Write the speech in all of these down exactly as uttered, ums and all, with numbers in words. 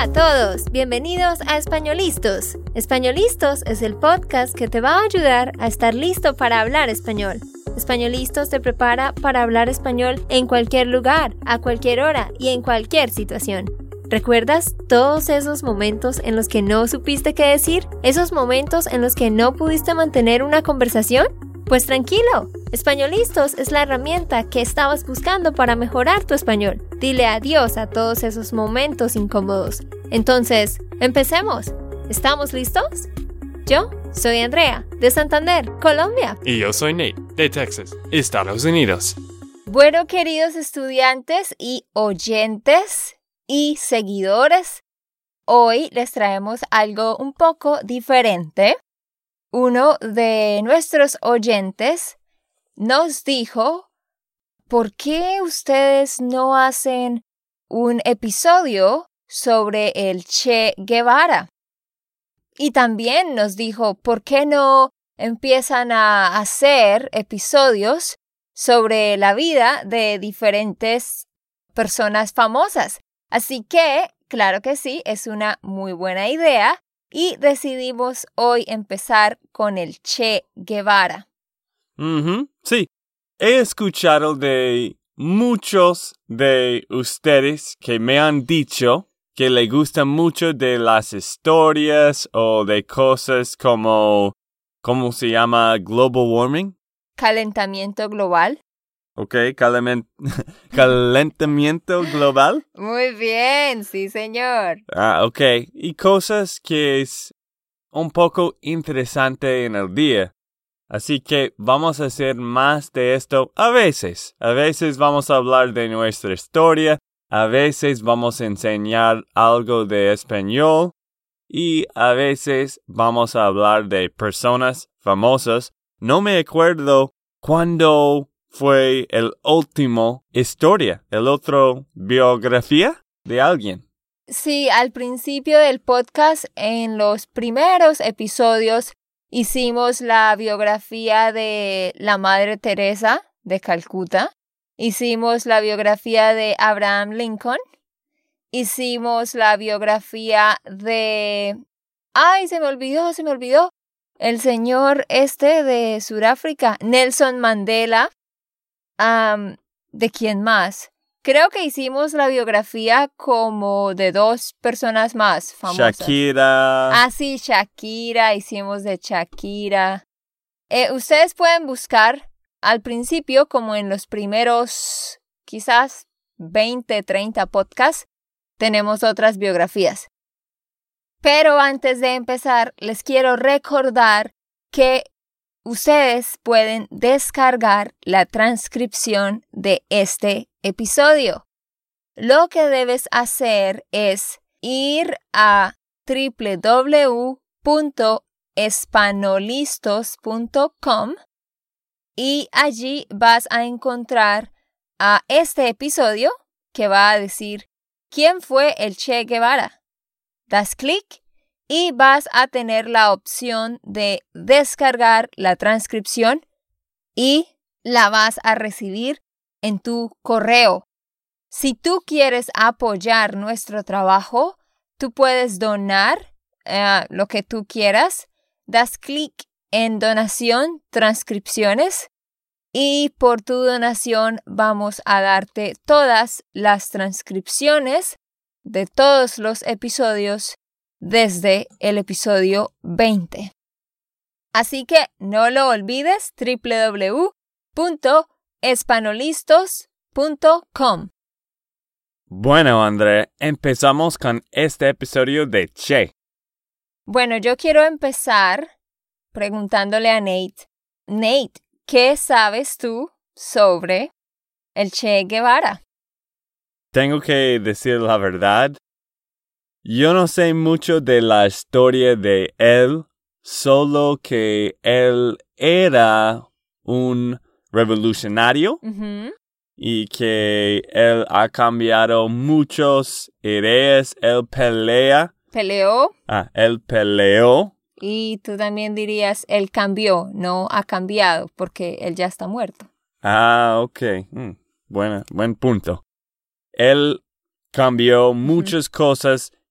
Hola a todos, bienvenidos a Españolistos. Españolistos es el podcast que te va a ayudar a estar listo para hablar español. Españolistos te prepara para hablar español en cualquier lugar, a cualquier hora y en cualquier situación. ¿Recuerdas todos esos momentos en los que no supiste qué decir? ¿Esos momentos en los que no pudiste mantener una conversación? Pues tranquilo, Españolistos es la herramienta que estabas buscando para mejorar tu español. Dile adiós a todos esos momentos incómodos. Entonces, empecemos. ¿Estamos listos? Yo soy Andrea, de Santander, Colombia. Y yo soy Nate, de Texas, Estados Unidos. Bueno, queridos estudiantes y oyentes y seguidores, hoy les traemos algo un poco diferente. Uno de nuestros oyentes nos dijo, ¿por qué ustedes no hacen un episodio sobre el Che Guevara? Y también nos dijo, ¿por qué no empiezan a hacer episodios sobre la vida de diferentes personas famosas? Así que, claro que sí, es una muy buena idea. Y decidimos hoy empezar con el Che Guevara. Uh-huh, sí, he escuchado de muchos de ustedes que me han dicho que les gustan mucho de las historias o de cosas como, ¿cómo se llama? Global warming. Calentamiento global. Ok, calament- calentamiento global. Muy bien, sí señor. Ah, ok. Y cosas que es un poco interesante en el día. Así que vamos a hacer más de esto a veces. A veces vamos a hablar de nuestra historia. A veces vamos a enseñar algo de español. Y a veces vamos a hablar de personas famosas. No me acuerdo cuándo fue el último historia, el otro biografía de alguien. Sí, al principio del podcast, en los primeros episodios, hicimos la biografía de la Madre Teresa de Calcuta. Hicimos la biografía de Abraham Lincoln. Hicimos la biografía de... ¡Ay, se me olvidó, se me olvidó! El señor este de Sudáfrica, Nelson Mandela. Um, ¿De quién más? Creo que hicimos la biografía como de dos personas más famosas. Shakira. Ah, sí, Shakira. Hicimos de Shakira. Eh, ustedes pueden buscar al principio, como en los primeros quizás veinte, treinta podcasts, tenemos otras biografías. Pero antes de empezar, les quiero recordar que ustedes pueden descargar la transcripción de este episodio. Lo que debes hacer es ir a doble u doble u doble u punto espanolistos punto com y allí vas a encontrar a este episodio que va a decir ¿quién fue el Che Guevara? Das clic y vas a tener la opción de descargar la transcripción y la vas a recibir en tu correo. Si tú quieres apoyar nuestro trabajo, tú puedes donar uh, lo que tú quieras. Das clic en donación, transcripciones y por tu donación vamos a darte todas las transcripciones de todos los episodios desde el episodio veinte. Así que no lo olvides, doble u doble u doble u punto espanolistos punto com. Bueno, André, empezamos con este episodio de Che. Bueno, yo quiero empezar preguntándole a Nate. Nate, ¿qué sabes tú sobre el Che Guevara? Tengo que decir la verdad. Yo no sé mucho de la historia de él, solo que él era un revolucionario Uh-huh. y que él ha cambiado muchas ideas. Él pelea. Peleó. Ah, él peleó. Y tú también dirías, él cambió, no ha cambiado, porque él ya está muerto. Ah, ok. Mm, buena, buen punto. Él cambió muchas cosas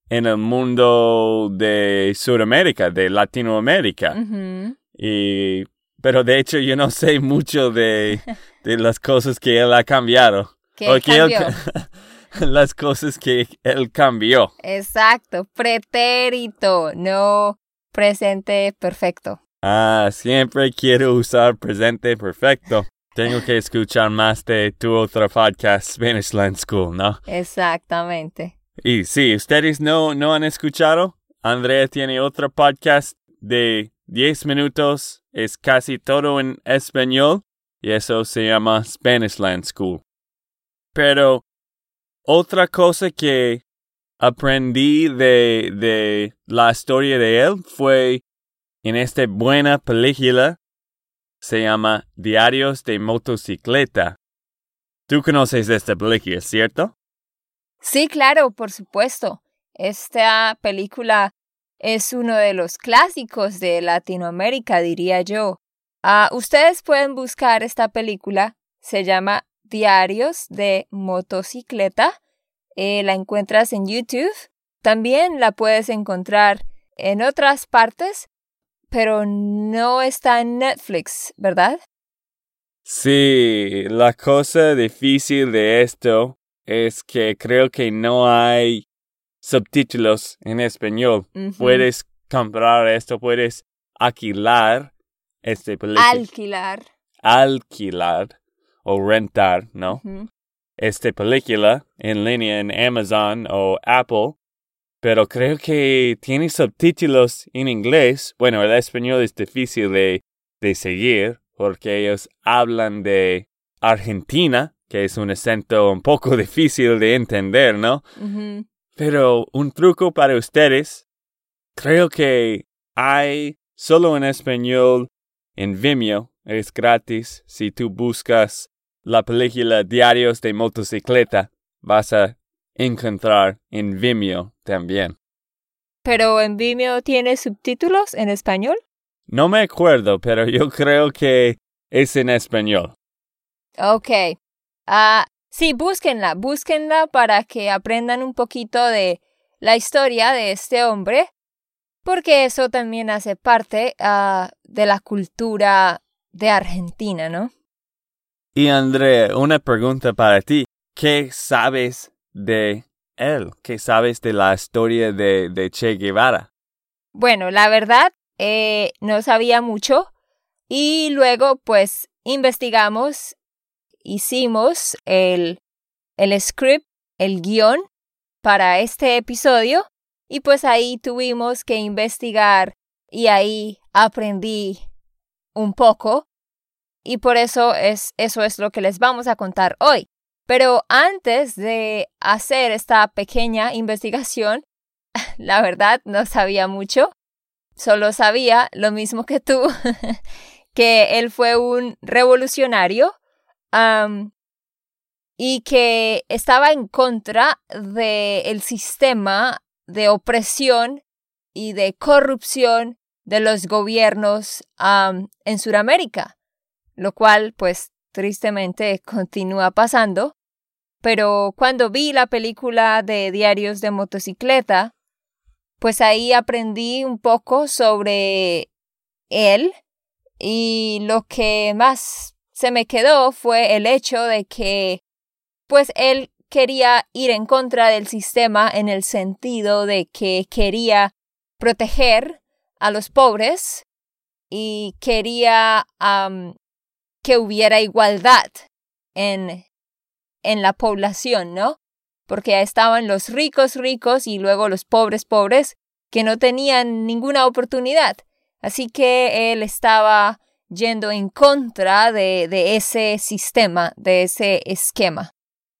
en el mundo de Sudamérica, de Latinoamérica. Uh-huh. Y, pero de hecho yo no sé mucho de, de las cosas que él ha cambiado. ¿Qué o que cambió? Él, las cosas que él cambió. Exacto, pretérito, no presente perfecto. Ah, siempre quiero usar presente perfecto. Tengo que escuchar más de tu otro podcast, Spanish Land School, ¿no? Exactamente. Y sí, ¿ustedes no, no han escuchado? Andrea tiene otro podcast de diez minutos. Es casi todo en español. Y eso se llama Spanish Land School. Pero otra cosa que aprendí de, de la historia de él fue en esta buena película. Se llama Diarios de Motocicleta. Tú conoces esta película, ¿cierto? Sí, claro, por supuesto. Esta película es uno de los clásicos de Latinoamérica, diría yo. Uh, ustedes pueden buscar esta película. Se llama Diarios de Motocicleta. Eh, la encuentras en YouTube. También la puedes encontrar en otras partes, pero no está en Netflix, ¿verdad? Sí, la cosa difícil de esto es que creo que no hay subtítulos en español. Uh-huh. Puedes comprar esto, puedes alquilar este película. Alquilar. Alquilar o rentar, ¿no? Uh-huh. Esta película en línea en Amazon o Apple. Pero creo que tiene subtítulos en inglés. Bueno, el español es difícil de, de seguir porque ellos hablan de Argentina, que es un acento un poco difícil de entender, ¿no? Uh-huh. Pero un truco para ustedes, creo que hay solo en español en Vimeo. Es gratis. Si tú buscas la película Diarios de Motocicleta, vas a encontrar en Vimeo también. ¿Pero en Vimeo tiene subtítulos en español? No me acuerdo, pero yo creo que es en español. Ok. Uh, sí, búsquenla, búsquenla para que aprendan un poquito de la historia de este hombre, porque eso también hace parte uh, de la cultura de Argentina, ¿no? Y Andrea, una pregunta para ti. ¿Qué sabes de él? ¿Qué sabes de la historia de, de Che Guevara? Bueno, la verdad, eh, no sabía mucho y luego pues investigamos, hicimos el, el script, el guión para este episodio y pues ahí tuvimos que investigar y ahí aprendí un poco y por eso es, eso es lo que les vamos a contar hoy. Pero antes de hacer esta pequeña investigación, la verdad no sabía mucho. Solo sabía lo mismo que tú, que él fue un revolucionario um, y que estaba en contra del sistema de opresión y de corrupción de los gobiernos um, en Sudamérica, lo cual pues tristemente continúa pasando. Pero cuando vi la película de Diarios de Motocicleta, pues ahí aprendí un poco sobre él y lo que más se me quedó fue el hecho de que pues él quería ir en contra del sistema en el sentido de que quería proteger a los pobres y quería um, que hubiera igualdad en en la población, ¿no? Porque estaban los ricos ricos y luego los pobres pobres que no tenían ninguna oportunidad. Así que él estaba yendo en contra de, de ese sistema, de ese esquema.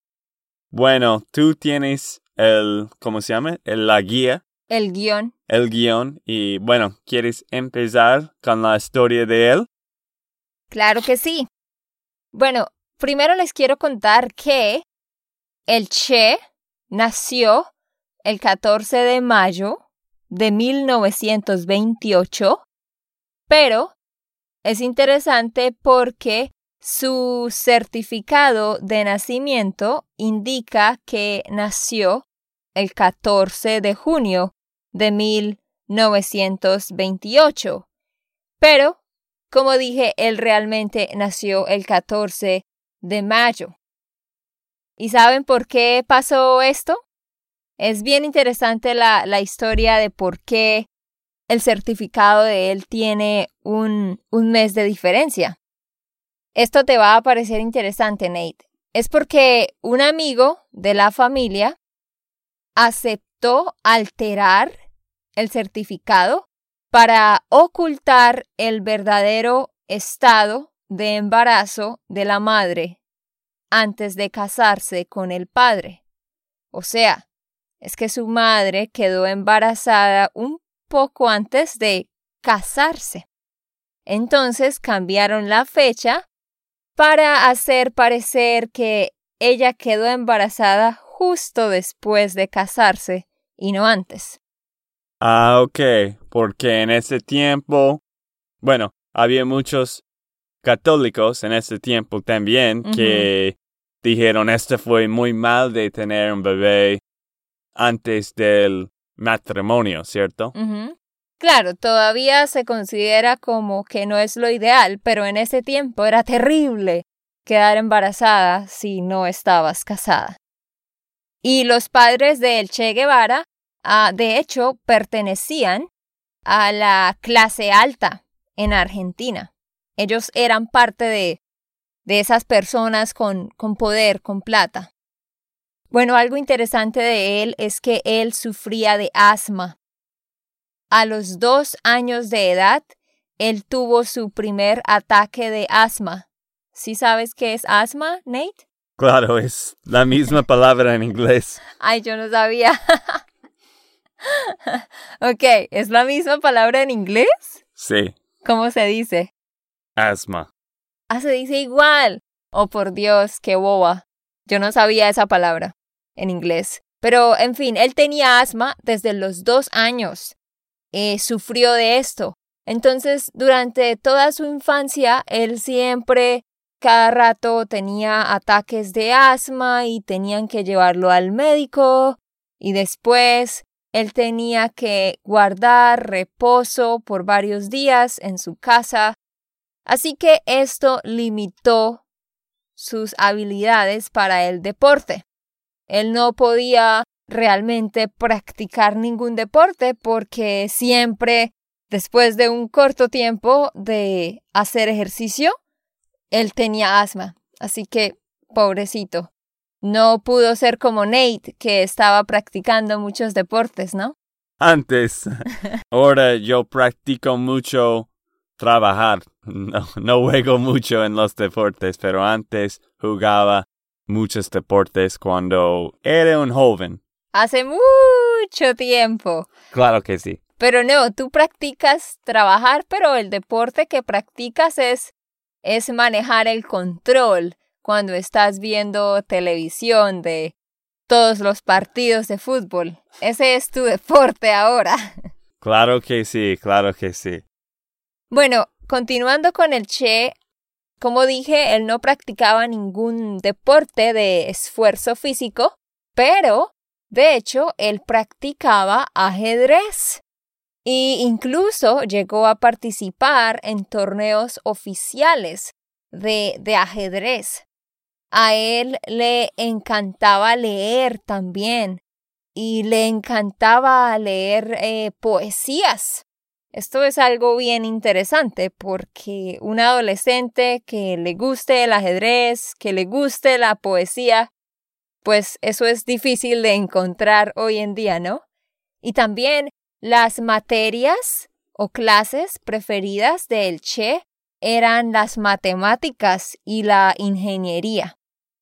Bueno, tú tienes el, ¿cómo se llama? El, la guía. El guión. El guión. Y bueno, ¿quieres empezar con la historia de él? Claro que sí. Bueno, primero les quiero contar que el Che nació el catorce de mayo de mil novecientos veintiocho, pero es interesante porque su certificado de nacimiento indica que nació el catorce de junio de mil novecientos veintiocho. Pero, como dije, él realmente nació el catorce de mayo. ¿Y saben por qué pasó esto? Es bien interesante la, la historia de por qué el certificado de él tiene un, un mes de diferencia. Esto te va a parecer interesante, Nate. Es porque un amigo de la familia aceptó alterar el certificado para ocultar el verdadero estado de embarazo de la madre antes de casarse con el padre. O sea, es que su madre quedó embarazada un poco antes de casarse. Entonces cambiaron la fecha para hacer parecer que ella quedó embarazada justo después de casarse y no antes. Ah, ok, porque en ese tiempo, bueno, había muchos católicos en ese tiempo también uh-huh. que dijeron, este fue muy mal de tener un bebé antes del matrimonio, ¿cierto? Uh-huh. Claro, todavía se considera como que no es lo ideal, pero en ese tiempo era terrible quedar embarazada si no estabas casada. Y los padres del Che Guevara, uh, de hecho, pertenecían a la clase alta en Argentina. Ellos eran parte de, de esas personas con, con poder, con plata. Bueno, algo interesante de él es que él sufría de asma. A los dos años de edad, él tuvo su primer ataque de asma. ¿Sí sabes qué es asma, Nate? Claro, es la misma palabra en inglés. Ay, yo no sabía. Ok, ¿es la misma palabra en inglés? Sí. ¿Cómo se dice? Asma. Ah, se dice igual. Oh, por Dios, qué boba. Yo no sabía esa palabra en inglés. Pero, en fin, él tenía asma desde los dos años. Eh, sufrió de esto. Entonces, durante toda su infancia, él siempre, cada rato, tenía ataques de asma y tenían que llevarlo al médico. Y después, él tenía que guardar reposo por varios días en su casa. Así que esto limitó sus habilidades para el deporte. Él no podía realmente practicar ningún deporte porque siempre, después de un corto tiempo de hacer ejercicio, él tenía asma. Así que, pobrecito, no pudo ser como Nate, que estaba practicando muchos deportes, ¿no? Antes, ahora yo practico mucho trabajar. No, no juego mucho en los deportes, pero antes jugaba muchos deportes cuando era un joven. Hace mucho tiempo. Claro que sí. Pero no, tú practicas trabajar, pero el deporte que practicas es, es manejar el control cuando estás viendo televisión de todos los partidos de fútbol. Ese es tu deporte ahora. Claro que sí, claro que sí. Bueno, continuando con el Che, como dije, él no practicaba ningún deporte de esfuerzo físico, pero de hecho, él practicaba ajedrez e incluso llegó a participar en torneos oficiales de, de ajedrez. A él le encantaba leer también y le encantaba leer eh, poesías. Esto es algo bien interesante porque un adolescente que le guste el ajedrez, que le guste la poesía, pues eso es difícil de encontrar hoy en día, ¿no? Y también las materias o clases preferidas del Che eran las matemáticas y la ingeniería.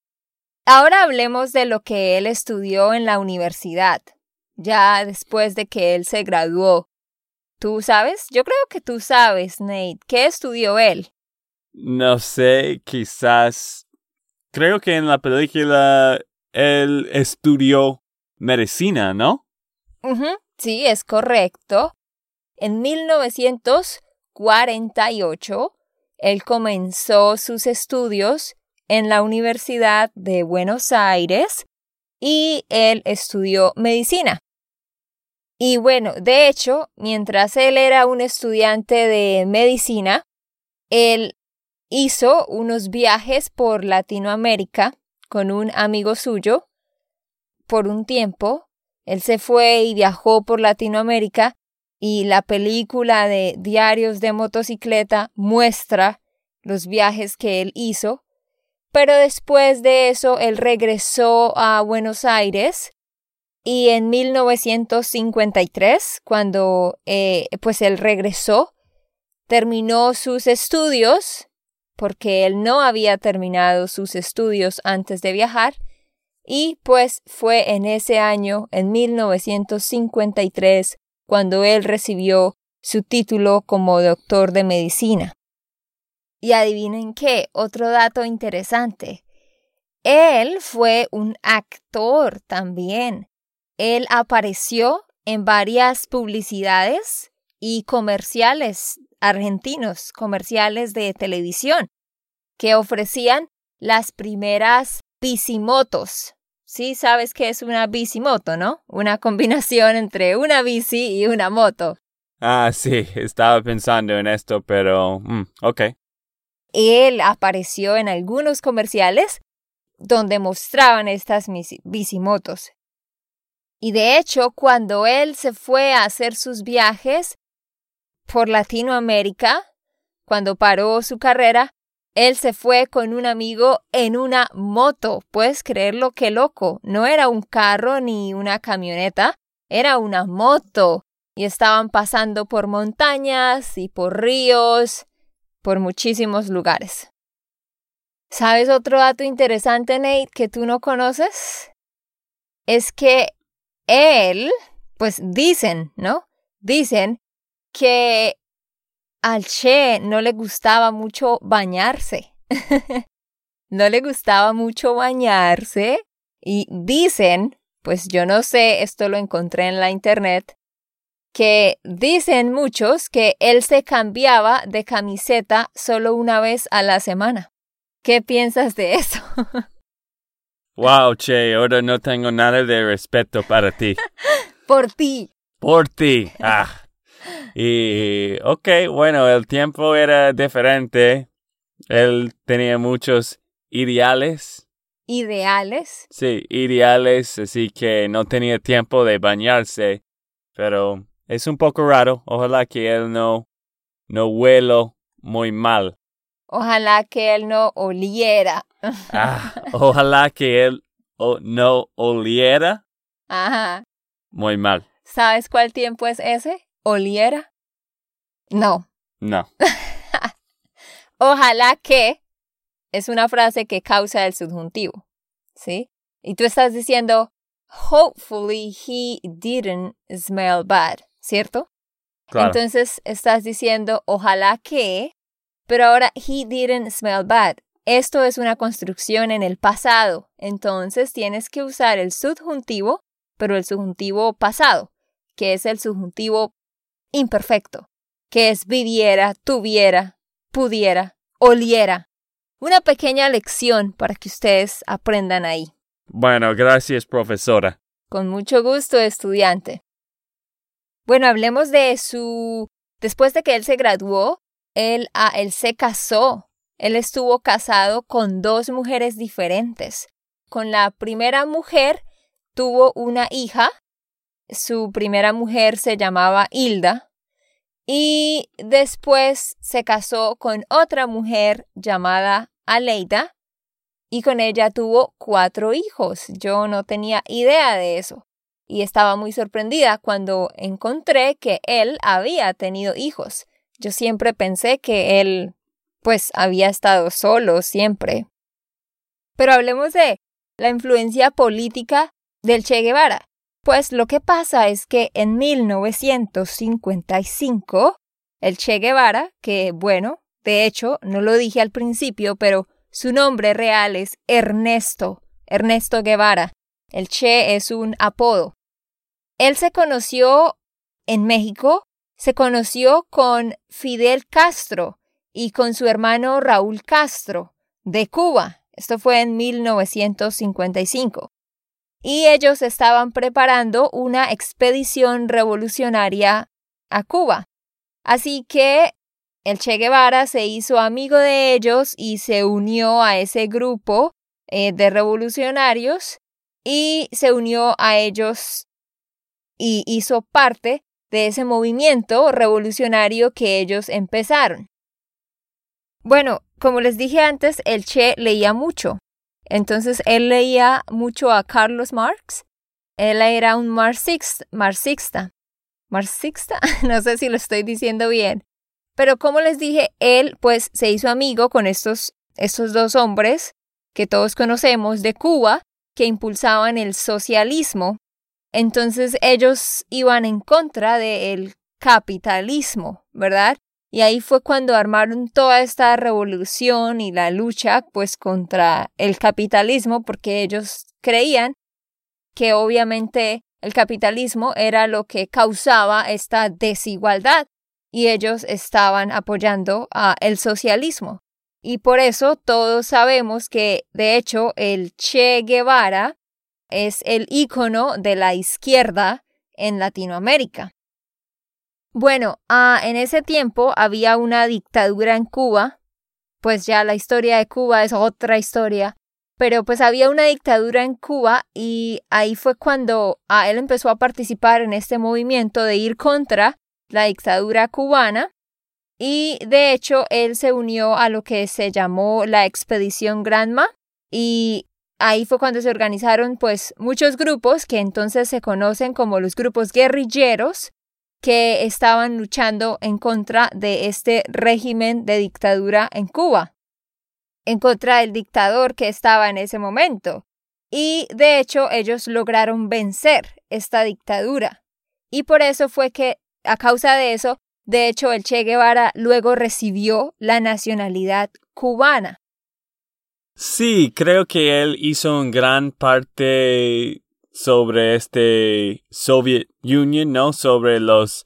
Ahora hablemos de lo que él estudió en la universidad, ya después de que él se graduó. ¿Tú sabes? Yo creo que tú sabes, Nate. ¿Qué estudió él? No sé, quizás... Creo que en la película... Él estudió medicina, ¿no? Uh-huh. Sí, es correcto. En mil novecientos cuarenta y ocho, él comenzó sus estudios en la Universidad de Buenos Aires y él estudió medicina. Y bueno, de hecho, mientras él era un estudiante de medicina, él hizo unos viajes por Latinoamérica con un amigo suyo por un tiempo. Él se fue y viajó por Latinoamérica y la película de Diarios de Motocicleta muestra los viajes que él hizo. Pero después de eso, él regresó a Buenos Aires y en mil novecientos cincuenta y tres, cuando eh, pues él regresó, terminó sus estudios, porque él no había terminado sus estudios antes de viajar, y pues fue en ese año, en mil novecientos cincuenta y tres, cuando él recibió su título como doctor de medicina. Y adivinen qué, otro dato interesante. Él fue un actor también. Él apareció en varias publicidades y comerciales argentinos, comerciales de televisión, que ofrecían las primeras bicimotos. Sí, sabes qué es una bicimoto, ¿no? Una combinación entre una bici y una moto. Ah, sí, estaba pensando en esto, pero... Mm, ok. Él apareció en algunos comerciales donde mostraban estas bicimotos. Y de hecho, cuando él se fue a hacer sus viajes por Latinoamérica, cuando paró su carrera, él se fue con un amigo en una moto. ¿Puedes creerlo? ¡Qué loco! No era un carro ni una camioneta, era una moto. Y estaban pasando por montañas y por ríos, por muchísimos lugares. ¿Sabes otro dato interesante, Nate, que tú no conoces? Es que él, pues dicen, ¿no? Dicen que al Che no le gustaba mucho bañarse. No le gustaba mucho bañarse. Y dicen, pues yo no sé, esto lo encontré en la internet, que dicen muchos que él se cambiaba de camiseta solo una vez a la semana. ¿Qué piensas de eso? Wow, Che, ahora no tengo nada de respeto para ti. Por ti. Por ti. Ah. Y, ok, bueno, el tiempo era diferente. Él tenía muchos ideales. ¿Ideales? Sí, ideales, así que no tenía tiempo de bañarse. Pero es un poco raro. Ojalá que él no, no huela muy mal. Ojalá que él no oliera. Ah, ojalá que él o, no oliera Ajá. muy mal. ¿Sabes cuál tiempo es ese? ¿Oliera? No. No. Ojalá que es una frase que causa el subjuntivo, ¿sí? Y tú estás diciendo, hopefully he didn't smell bad, ¿cierto? Claro. Entonces estás diciendo, ojalá que, pero ahora he didn't smell bad. Esto es una construcción en el pasado, entonces tienes que usar el subjuntivo, pero el subjuntivo pasado, que es el subjuntivo imperfecto, que es viviera, tuviera, pudiera, oliera. Una pequeña lección para que ustedes aprendan ahí. Bueno, gracias, profesora. Con mucho gusto, estudiante. Bueno, hablemos de su... Después de que él se graduó, él, ah, él se casó. Él estuvo casado con dos mujeres diferentes. Con la primera mujer tuvo una hija. Su primera mujer se llamaba Hilda. Y después se casó con otra mujer llamada Aleida. Y con ella tuvo cuatro hijos. Yo no tenía idea de eso. Y estaba muy sorprendida cuando encontré que él había tenido hijos. Yo siempre pensé que él, pues, había estado solo siempre. Pero hablemos de la influencia política del Che Guevara. Pues lo que pasa es que en mil novecientos cincuenta y cinco, el Che Guevara, que bueno, de hecho, no lo dije al principio, pero su nombre real es Ernesto, Ernesto Guevara. El Che es un apodo. Él se conoció en México, se conoció con Fidel Castro y con su hermano Raúl Castro de Cuba. Esto fue en mil novecientos cincuenta y cinco. y ellos estaban preparando una expedición revolucionaria a Cuba. Así que el Che Guevara se hizo amigo de ellos y se unió a ese grupo eh, de revolucionarios y se unió a ellos y hizo parte de ese movimiento revolucionario que ellos empezaron. Bueno, como les dije antes, el Che leía mucho. Entonces, él leía mucho a Carlos Marx. Él era un marxista. ¿Marxista? ¿Marxista? No sé si lo estoy diciendo bien. Pero como les dije, él pues se hizo amigo con estos, estos dos hombres que todos conocemos de Cuba, que impulsaban el socialismo. Entonces, ellos iban en contra del capitalismo, ¿verdad? Y ahí fue cuando armaron toda esta revolución y la lucha pues contra el capitalismo, porque ellos creían que obviamente el capitalismo era lo que causaba esta desigualdad y ellos estaban apoyando a el socialismo. Y por eso todos sabemos que de hecho el Che Guevara es el ícono de la izquierda en Latinoamérica. Bueno, ah, en ese tiempo había una dictadura en Cuba, pues ya la historia de Cuba es otra historia, pero pues había una dictadura en Cuba y ahí fue cuando ah, él empezó a participar en este movimiento de ir contra la dictadura cubana y de hecho él se unió a lo que se llamó la Expedición Granma y ahí fue cuando se organizaron pues muchos grupos que entonces se conocen como los grupos guerrilleros, que estaban luchando en contra de este régimen de dictadura en Cuba, en contra del dictador que estaba en ese momento. Y de hecho ellos lograron vencer esta dictadura. Y por eso fue que, a causa de eso, de hecho el Che Guevara luego recibió la nacionalidad cubana. Sí, creo que él hizo en gran parte sobre este Soviet Union, ¿no? Sobre los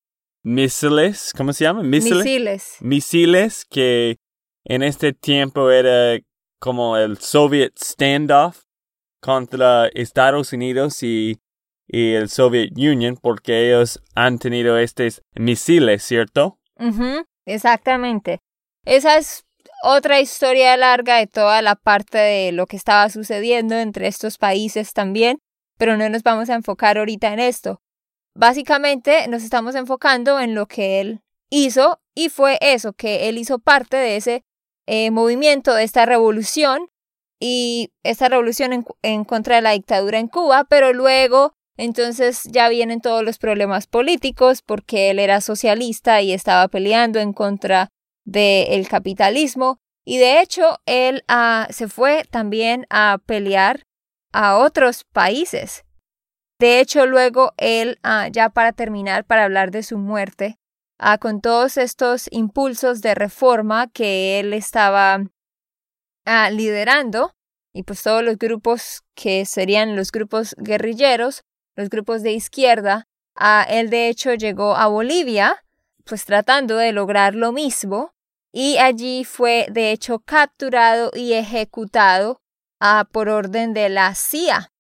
misiles, ¿cómo se llama? ¿Misiles? Misiles. Misiles que en este tiempo era como el Soviet standoff contra Estados Unidos y, y el Soviet Union, porque ellos han tenido estos misiles, ¿cierto? Uh-huh, exactamente. Esa es otra historia larga de toda la parte de lo que estaba sucediendo entre estos países también. Pero no nos vamos a enfocar ahorita en esto. Básicamente nos estamos enfocando en lo que él hizo y fue eso, que él hizo parte de ese eh, movimiento, de esta revolución y esta revolución en, en contra de la dictadura en Cuba, pero luego entonces ya vienen todos los problemas políticos porque él era socialista y estaba peleando en contra del capitalismo y de hecho él uh, se fue también a pelear a otros países. De hecho, luego él, ah, ya para terminar, para hablar de su muerte, ah, con todos estos impulsos de reforma que él estaba ah, liderando, y pues todos los grupos que serían los grupos guerrilleros, los grupos de izquierda, ah, él de hecho llegó a Bolivia, pues tratando de lograr lo mismo, y allí fue de hecho capturado y ejecutado Uh, por orden de la C I A.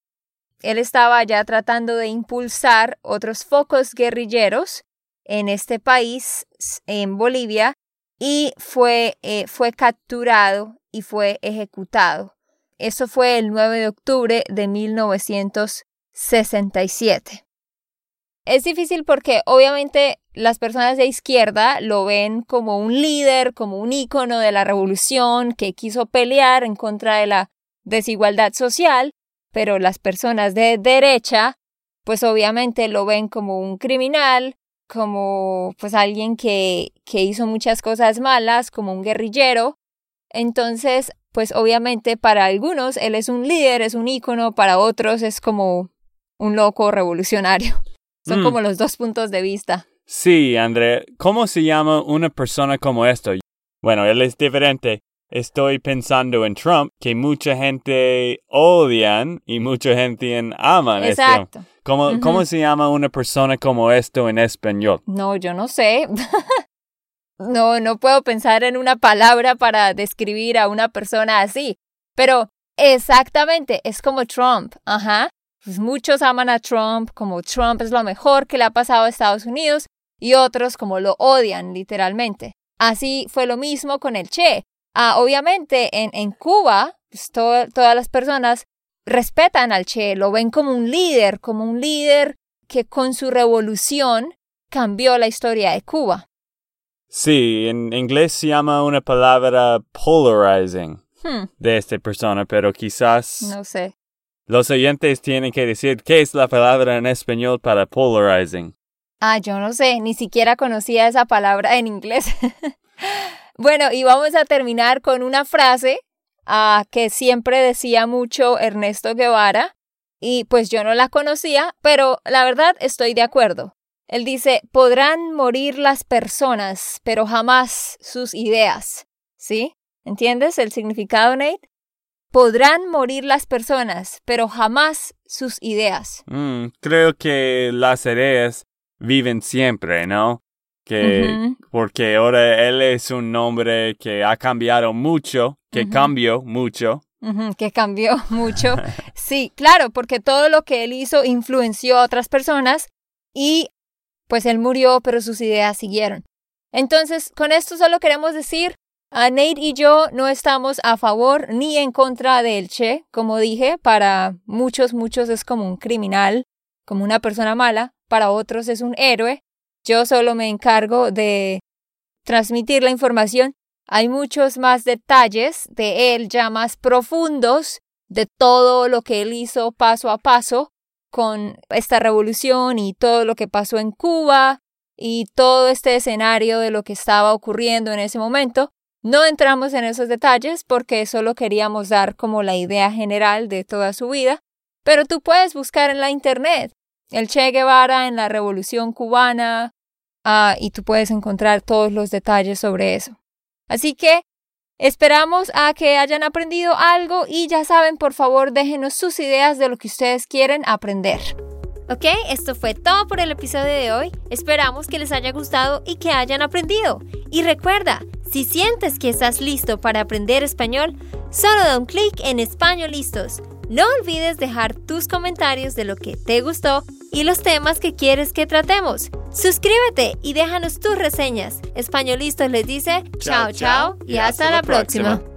Él estaba ya tratando de impulsar otros focos guerrilleros en este país, en Bolivia, y fue, eh, fue capturado y fue ejecutado. Eso fue el nueve de octubre de mil novecientos sesenta y siete. Es difícil porque obviamente las personas de izquierda lo ven como un líder, como un ícono de la revolución que quiso pelear en contra de la desigualdad social, pero las personas de derecha pues obviamente lo ven como un criminal, como pues alguien que, que hizo muchas cosas malas, como un guerrillero. Entonces pues obviamente para algunos él es un líder, es un ícono, para otros es como un loco revolucionario. Son mm. como los dos puntos de vista. Sí, André, ¿cómo se llama una persona como esto? Bueno, él es diferente. Estoy pensando en Trump, que mucha gente odian y mucha gente aman. Exacto. Esto. ¿Cómo, uh-huh. ¿Cómo se llama una persona como esto en español? No, yo no sé. no, no puedo pensar en una palabra para describir a una persona así. Pero Exactamente, es como Trump. Ajá. Pues muchos aman a Trump, como Trump es lo mejor que le ha pasado a Estados Unidos, y otros como lo odian, literalmente. Así fue lo mismo con el Che. Ah, obviamente, en, en Cuba, pues to- todas las personas respetan al Che, lo ven como un líder, como un líder que con su revolución cambió la historia de Cuba. Sí, en inglés se llama una palabra polarizing Hmm, de esta persona, pero quizás no sé. los oyentes tienen que decir qué es la palabra en español para polarizing. Ah, yo no sé, ni siquiera conocía esa palabra en inglés. Bueno, y vamos a terminar con una frase uh, que siempre decía mucho Ernesto Guevara, y pues yo no la conocía, pero la verdad estoy de acuerdo. Él dice, podrán morir las personas, pero jamás sus ideas. ¿Sí? ¿Entiendes el significado, Nate? Podrán morir las personas, pero jamás sus ideas. Mm, creo que las ideas viven siempre, ¿no? Que Uh-huh. porque ahora él es un nombre que ha cambiado mucho, que Uh-huh. cambió mucho. Uh-huh, que cambió mucho. Sí, claro, porque todo lo que él hizo influenció a otras personas y pues él murió, pero sus ideas siguieron. Entonces, con esto solo queremos decir, a Nate y yo no estamos a favor ni en contra del Che. Como dije, para muchos, muchos es como un criminal, como una persona mala. Para otros es un héroe. Yo solo me encargo de transmitir la información. Hay muchos más detalles de él ya más profundos, de todo lo que él hizo paso a paso con esta revolución y todo lo que pasó en Cuba y todo este escenario de lo que estaba ocurriendo en ese momento. No entramos en esos detalles porque solo queríamos dar como la idea general de toda su vida, pero tú puedes buscar en la internet el Che Guevara en la Revolución Cubana uh, y tú puedes encontrar todos los detalles sobre eso. Así que esperamos a que hayan aprendido algo y ya saben, por favor, déjenos sus ideas de lo que ustedes quieren aprender. Ok, esto fue todo por el episodio de hoy. Esperamos que les haya gustado y que hayan aprendido. Y recuerda, si sientes que estás listo para aprender español, solo da un clic en Español Listos. No olvides dejar tus comentarios de lo que te gustó y los temas que quieres que tratemos. Suscríbete y déjanos tus reseñas. Español Listos les dice chao, chao y hasta la próxima.